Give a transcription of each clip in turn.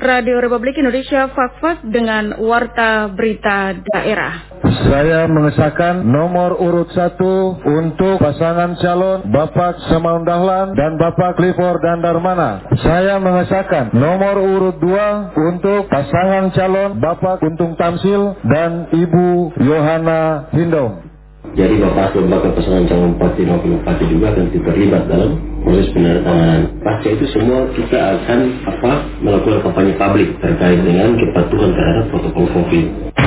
Radio Republik Indonesia Fak-Fak dengan Warta Berita Daerah. Saya mengesahkan nomor urut 1 untuk pasangan calon Bapak Samaun Dahlan dan Bapak Clifford Dandarmana. Saya mengesahkan nomor urut 2 untuk pasangan calon Bapak Kuntung Tamsil dan Ibu Yohana Hindom. Jadi Bapak lembaga pasangan calon bupati dan wakil bupati juga akan terlibat dalam proses penandatanganan. Pasca itu semua kita akan melakukan kampanye publik terkait dengan kepatuhan terhadap protokol COVID.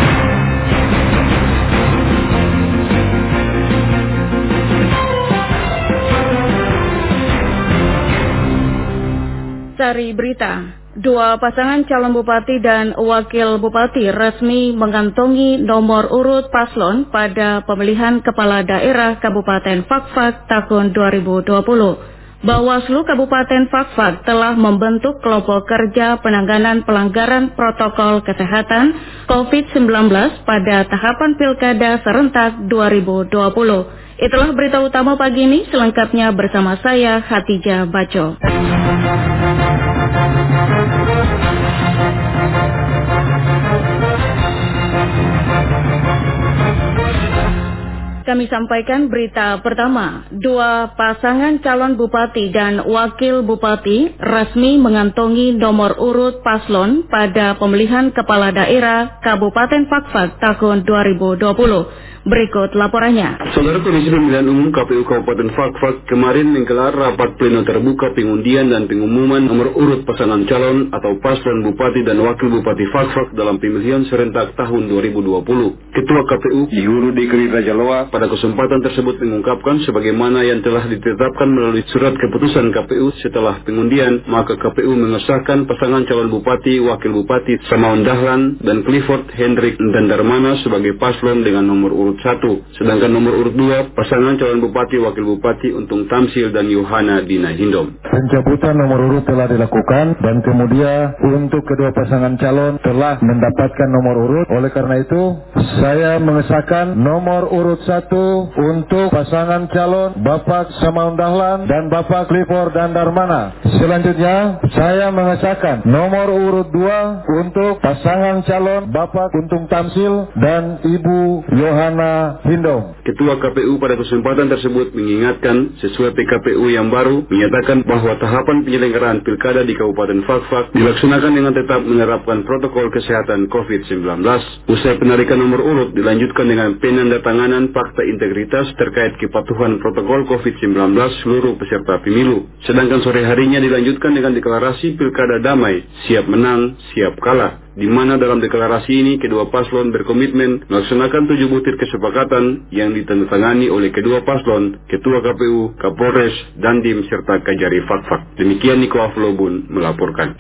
Sari berita. 2 pasangan calon bupati dan wakil bupati resmi mengantongi nomor urut paslon pada pemilihan kepala daerah Kabupaten Fak-Fak tahun 2020. Bawaslu Kabupaten Fak-Fak telah membentuk kelompok kerja penanganan pelanggaran protokol kesehatan COVID-19 pada tahapan Pilkada serentak 2020. Itulah berita utama pagi ini, selengkapnya bersama saya Hatijah Baco. Kami sampaikan berita pertama. 2 pasangan calon bupati dan wakil bupati resmi mengantongi nomor urut paslon pada pemilihan kepala daerah Kabupaten Fak-Fak tahun 2020. Berikut laporannya. Saudara Komisi Pemilihan Umum KPU Kabupaten Fak-Fak kemarin menggelar rapat pleno terbuka pengundian dan pengumuman nomor urut pasangan calon atau paslon bupati dan wakil bupati Fak-Fak dalam pemilihan serentak tahun 2020. Ketua KPU Yuru Dekri Rajaloa pada kesempatan tersebut mengungkapkan sebagaimana yang telah ditetapkan melalui surat keputusan KPU setelah pengundian, maka KPU mengesahkan pasangan calon bupati, wakil bupati Samaun Dahlan dan Clifford Hendrik Dandarmana sebagai paslon dengan nomor urut 1, sedangkan nomor urut 2 pasangan calon bupati, wakil bupati Untung Tamsil dan Yohana Dina Hindom. Pencabutan nomor urut telah dilakukan dan kemudian untuk kedua pasangan calon telah mendapatkan nomor urut. Oleh karena itu, saya mengesahkan nomor urut 1 untuk pasangan calon Bapak Samaun Dahlan dan Bapak Clifford Dandarmana. Selanjutnya, saya mengesahkan nomor urut 2 untuk pasangan calon Bapak Kuntung Tamsil dan Ibu Yohana Hindom. Ketua KPU pada kesempatan tersebut mengingatkan sesuai PKPU yang baru menyatakan bahwa tahapan penyelenggaraan pilkada di Kabupaten Fak-Fak dilaksanakan dengan tetap menerapkan protokol kesehatan COVID-19. Usai penarikan nomor urut dilanjutkan dengan penandatanganan fakta integritas terkait kepatuhan protokol COVID-19 seluruh peserta pemilu. Sedangkan sore harinya dilanjutkan dengan deklarasi pilkada damai, siap menang, siap kalah, di mana dalam deklarasi ini kedua paslon berkomitmen melaksanakan 7 butir kesepakatan yang ditandatangani oleh kedua paslon, Ketua KPU, Kapolres, Dandim, serta Kajari Fak-Fak. Demikian Niko Aflobun melaporkan.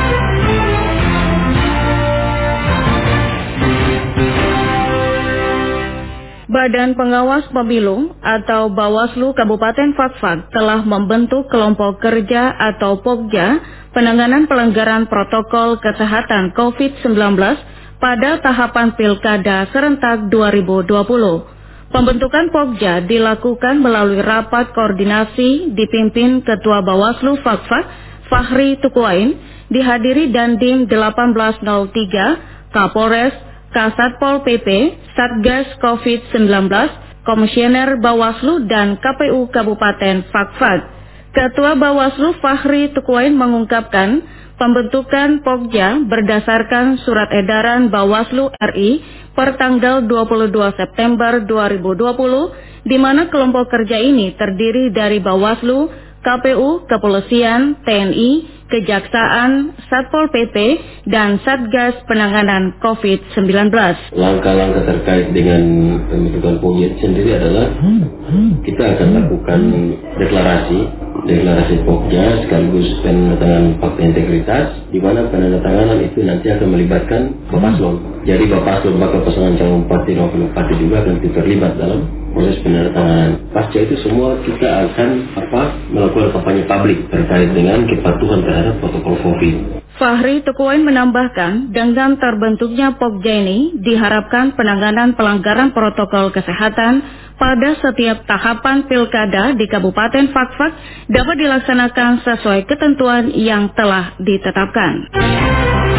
Badan Pengawas Pemilu atau Bawaslu Kabupaten Fak-Fak telah membentuk kelompok kerja atau Pokja penanganan pelanggaran protokol kesehatan COVID-19 pada tahapan Pilkada serentak 2020. Pembentukan Pokja dilakukan melalui rapat koordinasi dipimpin Ketua Bawaslu Fak-Fak Fahri Tukuain, dihadiri Dandim 1803, Kapolres, Kasatpol PP, Satgas COVID-19, Komisioner Bawaslu dan KPU Kabupaten Fak-Fak. Ketua Bawaslu Fahri Tukuain mengungkapkan pembentukan Pokja berdasarkan surat edaran Bawaslu RI per tanggal 22 September 2020, di mana kelompok kerja ini terdiri dari Bawaslu, KPU, Kepolisian, TNI, Kejaksaan, Satpol PP, dan Satgas Penanganan COVID-19. Langkah-langkah terkait dengan pembentukan Pokja sendiri adalah kita akan lakukan deklarasi Pokja sekaligus penandatanganan fakta integritas, di mana penandatanganan itu nanti akan melibatkan Bapaslon. Jadi Bapaslon bakal pasangan calon bupati dan wakil bupati juga akan terlibat dalam proses penandatanganan. Pasca itu semua kita akan melakukan kampanye publik terkait dengan kepatuhan terhadap protokol COVID. Fahri Tukuain menambahkan, dengan terbentuknya Pokja ini diharapkan penanganan pelanggaran protokol kesehatan pada setiap tahapan pilkada di Kabupaten Fak-Fak dapat dilaksanakan sesuai ketentuan yang telah ditetapkan.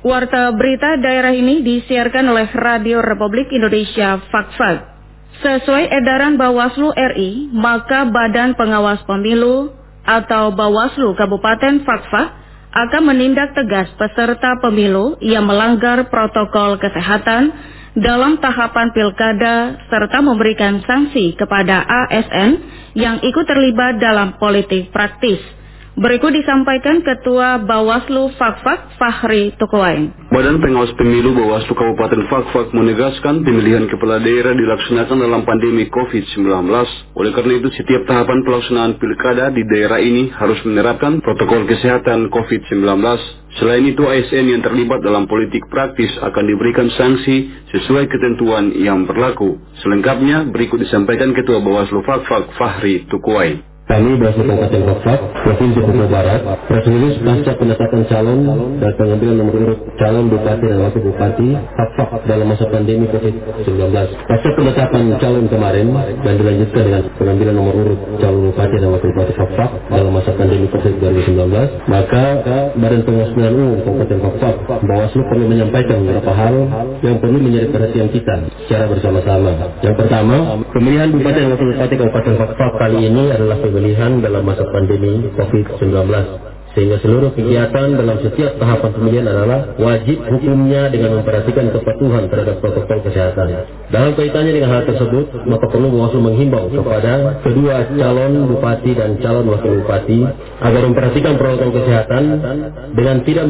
Warta berita daerah ini disiarkan oleh Radio Republik Indonesia Fakfak. Sesuai edaran Bawaslu RI, maka Badan Pengawas Pemilu atau Bawaslu Kabupaten Fakfak akan menindak tegas peserta pemilu yang melanggar protokol kesehatan dalam tahapan pilkada serta memberikan sanksi kepada ASN yang ikut terlibat dalam politik praktis. Berikut disampaikan Ketua Bawaslu Fakfak Fahri Tukuain. Badan Pengawas Pemilu Bawaslu Kabupaten Fakfak menegaskan pemilihan kepala daerah dilaksanakan dalam pandemi COVID-19. Oleh karena itu, setiap tahapan pelaksanaan pilkada di daerah ini harus menerapkan protokol kesehatan COVID-19. Selain itu, ASN yang terlibat dalam politik praktis akan diberikan sanksi sesuai ketentuan yang berlaku. Selengkapnya, berikut disampaikan Ketua Bawaslu Fakfak Fahri Tukuain. Kami Bawaslu Kabupaten Fakfak, Provinsi Papua Barat, press release pasca penetapan calon dan pengambilan nomor urut calon bupati dan wakil bupati Fakfak dalam masa pandemi COVID-19. Pasca penetapan calon kemarin dan dilanjutkan dengan pengambilan nomor urut calon bupati dan wakil bupati Fakfak dalam masa pandemi COVID-19, maka Badan Pengawas Pemilihan Umum Kabupaten Fakfak, Bawaslu perlu menyampaikan beberapa hal yang perlu menjadi perhatian kita secara bersama-sama. Yang pertama, pemilihan bupati dan wakil bupati Kabupaten Fakfak kali ini adalah pemilihan dalam masa pandemi COVID-19, sehingga seluruh kegiatan dalam setiap tahapan pemilihan adalah wajib hukumnya dengan memperhatikan kepatuhan terhadap protokol kesehatan. Dalam kaitannya dengan hal tersebut, maka perlu Bawaslu menghimbau kepada kedua calon bupati dan calon wakil bupati agar memperhatikan protokol kesehatan dengan tidak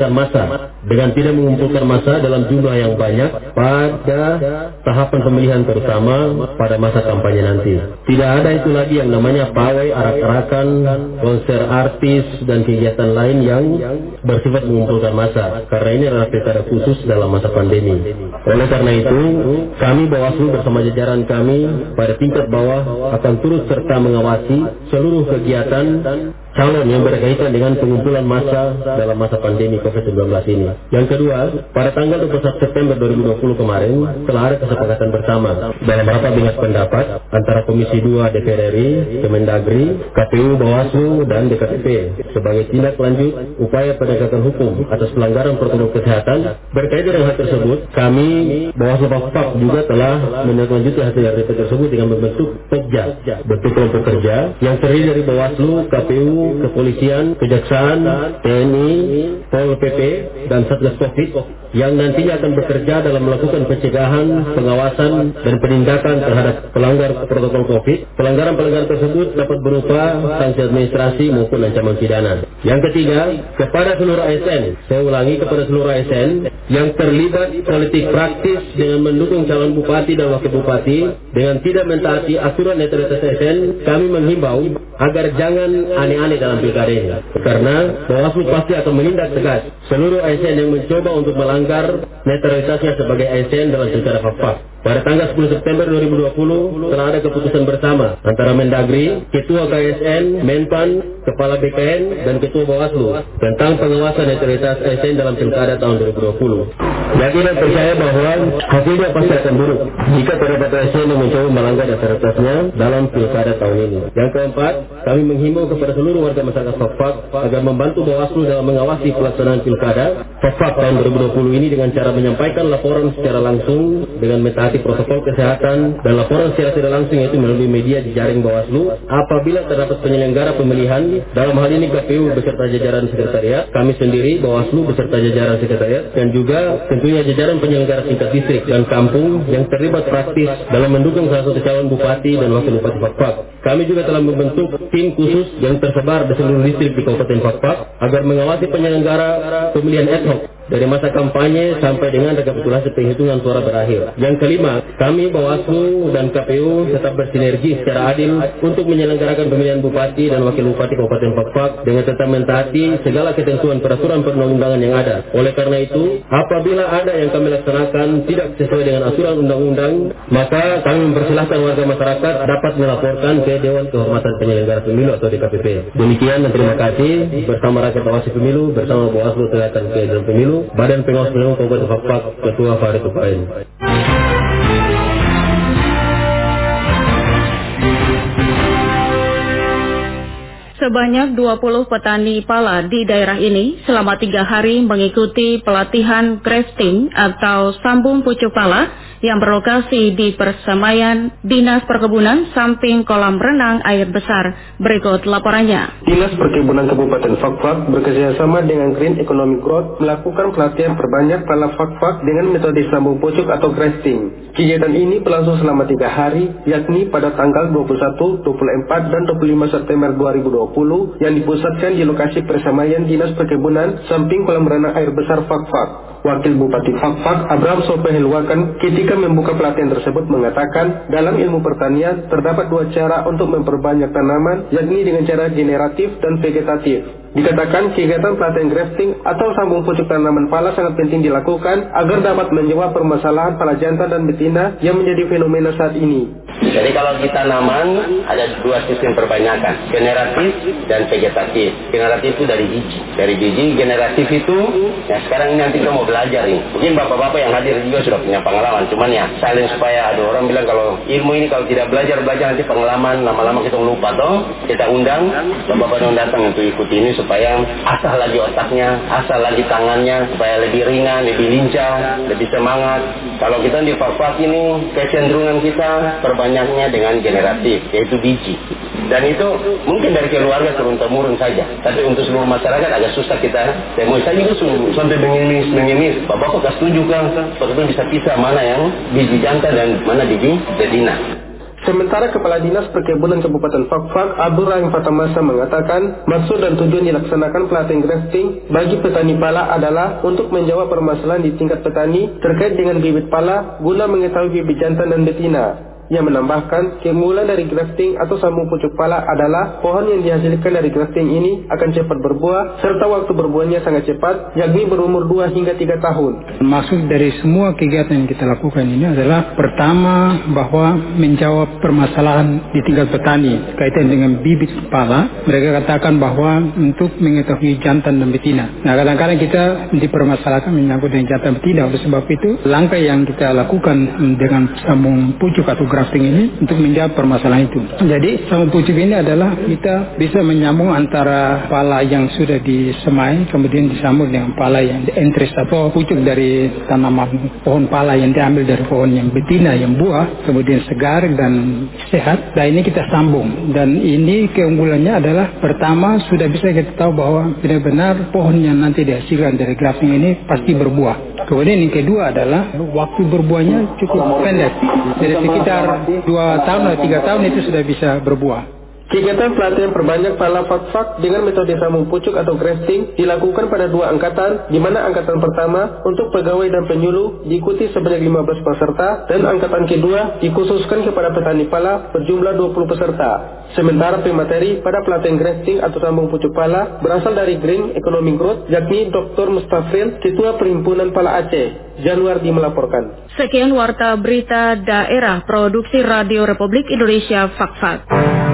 mengumpulkan massa dalam jumlah yang banyak pada tahapan pemilihan, terutama pada masa kampanye nanti. Tidak ada itu lagi yang namanya pawai, arak-arakan, konser artis dan kegiatan lain yang bersifat mengumpulkan massa, karena ini adalah pilkada khusus dalam masa pandemi. Oleh karena itu, kami Bawaslu bersama jajaran kami pada tingkat bawah akan turut serta mengawasi seluruh kegiatan calon yang berkaitan dengan pengumpulan massa dalam masa pandemi COVID-19 ini. Yang kedua, pada tanggal 21 September 2020 kemarin telah ada kesepakatan bersama dalam rapat dengar pendapat antara Komisi 2 DPR RI, Kemendagri, KPU, Bawaslu, dan DKPP sebagai tindak lanjut upaya penegakan hukum atas pelanggaran protokol kesehatan. Berkaitan dengan hal tersebut, kami Bawaslu Fakfak juga telah menindaklanjuti hasil RDP tersebut dengan membentuk PEKJA, bentuk kelompok kerja yang terdiri dari Bawaslu, KPU, Kepolisian, Kejaksaan, TNI, Pol PP, dan Satgas Covid yang nantinya akan bekerja dalam melakukan pencegahan, pengawasan, dan penindakan terhadap pelanggar protokol COVID. Pelanggaran-pelanggaran tersebut dapat berupa sanksi administrasi maupun ancaman pidana. Yang ketiga, kepada seluruh ASN, saya ulangi, kepada seluruh ASN yang terlibat politik praktis dengan mendukung calon bupati dan wakil bupati dengan tidak mentaati aturan netralitas ASN, kami menghimbau agar jangan aneh-aneh dalam pilkada ini, karena Bawaslu pasti akan menindak tegas seluruh ASN yang mencoba untuk melanggar netralitasnya sebagai ASN dalam pilkada Fakfak. Pada tanggal 10 September 2020 telah ada keputusan bersama antara Mendagri, Ketua KSN, Menpan, Kepala BKN, dan Ketua Bawaslu tentang pengawasan netralitas ASN dalam pilkada tahun 2020. Yakin dan percaya bahwa hasilnya pasti akan buruk jika terdapat ASN yang mencoba melanggar netralitasnya dalam pilkada tahun ini. Yang keempat, kami menghimbau kepada seluruh warga masyarakat Fakfak agar membantu Bawaslu dalam mengawasi pelaksanaan pilkada Fakfak tahun 2020 ini dengan cara menyampaikan laporan secara langsung dengan mentaati protokol kesehatan dan laporan secara tidak langsung, yaitu melalui media jejaring Bawaslu apabila terdapat penyelenggara pemilihan, dalam hal ini KPU beserta jajaran sekretariat, kami sendiri Bawaslu beserta jajaran sekretariat, dan juga tentunya jajaran penyelenggara tingkat distrik dan kampung yang terlibat praktis dalam mendukung salah satu calon bupati dan wakil bupati Fakfak. Kami juga telah membentuk tim khusus yang tersebar di seluruh distrik di Kabupaten Fakfak agar mengawasi penyelenggara pemilihan ad hoc dari masa kampanye sampai dengan rekapitulasi penghitungan suara berakhir. Yang kelima, kami Bawaslu dan KPU tetap bersinergi secara adil untuk menyelenggarakan pemilihan bupati dan wakil bupati Kabupaten Fakfak dengan tetap mentaati segala ketentuan peraturan perundang-undangan yang ada. Oleh karena itu, apabila ada yang kami laksanakan tidak sesuai dengan aturan undang-undang, maka kami mempersilahkan warga masyarakat dapat melaporkan ke Dewan Kehormatan Penyelenggara Pemilu atau DKPP. Demikian dan terima kasih. Bersama rakyat awasi pemilu, bersama Bawaslu Kelihatan Keadilan Pemilu, Badan Pengawas Pemilu Kabupaten Fakfak, Ketua Fahri Tukuain. Sebanyak 20 petani pala di daerah ini selama 3 hari mengikuti pelatihan grafting atau sambung pucuk pala yang berlokasi di Persemaian Dinas Perkebunan samping kolam renang air besar. Berikut laporannya. Dinas Perkebunan Kabupaten Fakfak bekerjasama dengan Green Economic Growth melakukan pelatihan perbanyak pala Fakfak dengan metode sambung pucuk atau grafting. Kegiatan ini berlangsung selama 3 hari, yakni pada tanggal 21, 24, dan 25 September 2020 yang dipusatkan di lokasi Persemaian Dinas Perkebunan samping kolam renang air besar Fakfak. Wakil Bupati Fakfak, Abraham Sopehelwakan, ketika membuka pelatihan tersebut mengatakan, dalam ilmu pertanian terdapat 2 cara untuk memperbanyak tanaman, yakni dengan cara generatif dan vegetatif. Dikatakan kegiatan pelatihan grafting atau sambung pucuk tanaman pala sangat penting dilakukan agar dapat menjawab permasalahan pala jantan dan betina yang menjadi fenomena saat ini. Jadi kalau di tanaman ada 2 sistem perbanyakan, generatif dan vegetatif. Generatif itu dari biji. Dari biji, generatif itu, ya sekarang ini nanti kita mau belajar ini. Mungkin bapak-bapak yang hadir juga sudah punya pengalaman. Cuman ya saling supaya ada orang bilang kalau ilmu ini kalau tidak belajar nanti pengalaman lama-lama kita lupa toh. Kita undang bapak-bapak yang datang untuk ikuti ini supaya asah lagi otaknya, asah lagi tangannya, supaya lebih ringan, lebih lincah, lebih semangat. Kalau kita di Fakfak ini kecenderungan kita perbanyaknya dengan generatif, yaitu biji. Dan itu mungkin dari keluarga turun-temurun saja. Tapi untuk seluruh masyarakat agak susah kita temui. Saya juga sampai mengemis. Bapak kok setuju kan? Betul bisa pisah mana yang biji jantan dan mana biji betina. Sementara Kepala Dinas Perkebunan Kabupaten Fakfak, Abdul Rahim Fatamasa mengatakan, maksud dan tujuan dilaksanakan pelatihan grafting bagi petani pala adalah untuk menjawab permasalahan di tingkat petani terkait dengan bibit pala guna mengetahui bibit jantan dan betina. Yang menambahkan, keunggulan dari grafting atau sambung pucuk pala adalah pohon yang dihasilkan dari grafting ini akan cepat berbuah, serta waktu berbuahnya sangat cepat, yakni berumur 2 hingga 3 tahun. Maksud dari semua kegiatan yang kita lakukan ini adalah pertama bahwa menjawab permasalahan di tingkat petani kaitan dengan bibit pala. Mereka katakan bahwa untuk mengetahui jantan dan betina. Nah, kadang-kadang kita dipermasalahkan menyangkut dengan jantan betina. Oleh sebab itu, langkah yang kita lakukan dengan sambung pucuk atau grafting ini untuk menjawab permasalahan itu. Jadi sambung pucuk ini adalah kita bisa menyambung antara pala yang sudah disemai kemudian disambung dengan pala yang dientris atau pucuk dari tanaman pohon pala yang diambil dari pohon yang betina yang buah kemudian segar dan sehat. Dan ini kita sambung dan ini keunggulannya adalah pertama sudah bisa kita tahu bahwa benar-benar pohon yang nanti dihasilkan dari grafting ini pasti berbuah. Kemudian yang kedua adalah waktu berbuahnya cukup pendek. Jadi sekitar 2 tahun atau 3 tahun itu sudah bisa berbuah. Kegiatan pelatihan perbanyak pala Fakfak dengan metode sambung pucuk atau grafting dilakukan pada 2 angkatan, di mana angkatan pertama untuk pegawai dan penyuluh diikuti sebanyak 15 peserta dan angkatan kedua dikhususkan kepada petani pala berjumlah 20 peserta. Sementara pemateri pada pelatihan grafting atau sambung pucuk pala berasal dari Green Economic Growth, yakni Dr. Mustafril, Ketua Perhimpunan Pala Aceh. Januardi melaporkan. Sekian Warta Berita Daerah Produksi Radio Republik Indonesia Fakfak.